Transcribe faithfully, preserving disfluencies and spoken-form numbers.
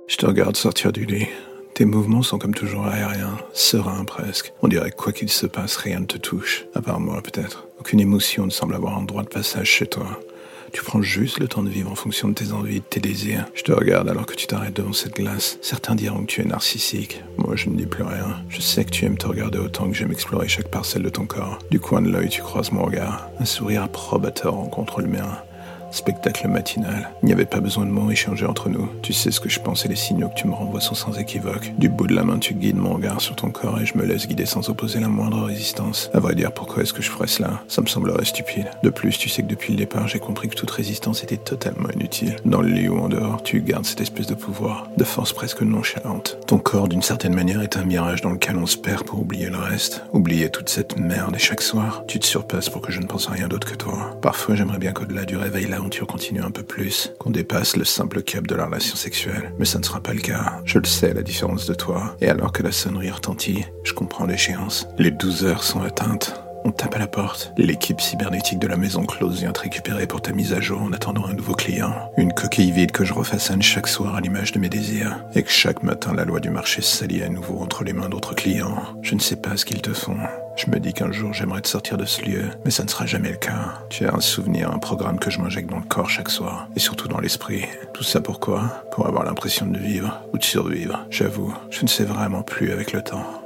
Je te regarde sortir du lit. Tes mouvements sont comme toujours aériens, sereins presque. On dirait que quoi qu'il se passe, rien ne te touche. À part moi peut-être. Aucune émotion ne semble avoir un droit de passage chez toi. Tu prends juste le temps de vivre en fonction de tes envies, de tes désirs. Je te regarde alors que tu t'arrêtes devant cette glace. Certains diront que tu es narcissique. Moi, je ne dis plus rien. Je sais que tu aimes te regarder autant que j'aime explorer chaque parcelle de ton corps. Du coin de l'œil, tu croises mon regard. Un sourire approbateur rencontre le mien. Spectacle matinal. Il n'y avait pas besoin de mots échangés entre nous. Tu sais ce que je pense et les signaux que tu me renvoies sont sans équivoque. Du bout de la main, tu guides mon regard sur ton corps et je me laisse guider sans opposer la moindre résistance. À vrai dire, pourquoi est-ce que je ferais cela? Ça me semblerait stupide. De plus, tu sais que depuis le départ, j'ai compris que toute résistance était totalement inutile. Dans le lit ou en dehors, tu gardes cette espèce de pouvoir, de force presque nonchalante. Ton corps, d'une certaine manière, est un mirage dans lequel on se perd pour oublier le reste. Oublier toute cette merde et chaque soir, tu te surpasses pour que je ne pense à rien d'autre que toi. Parfois, j'aimerais bien qu'au-delà du réveil, l'aventure continue un peu plus, qu'on dépasse le simple cap de la relation sexuelle. Mais ça ne sera pas le cas. Je le sais, la différence de toi. Et alors que la sonnerie retentit, je comprends l'échéance. Les douze heures sont atteintes. On tape à la porte. L'équipe cybernétique de la maison close vient te récupérer pour ta mise à jour en attendant un nouveau client. Une coquille vide que je refaçonne chaque soir à l'image de mes désirs. Et que chaque matin, la loi du marché s'allie à nouveau entre les mains d'autres clients. Je ne sais pas ce qu'ils te font. Je me dis qu'un jour j'aimerais te sortir de ce lieu, mais ça ne sera jamais le cas. Tu as un souvenir, un programme que je m'injecte dans le corps chaque soir, et surtout dans l'esprit. Tout ça pourquoi? Pour avoir l'impression de vivre, ou de survivre. J'avoue, je ne sais vraiment plus avec le temps.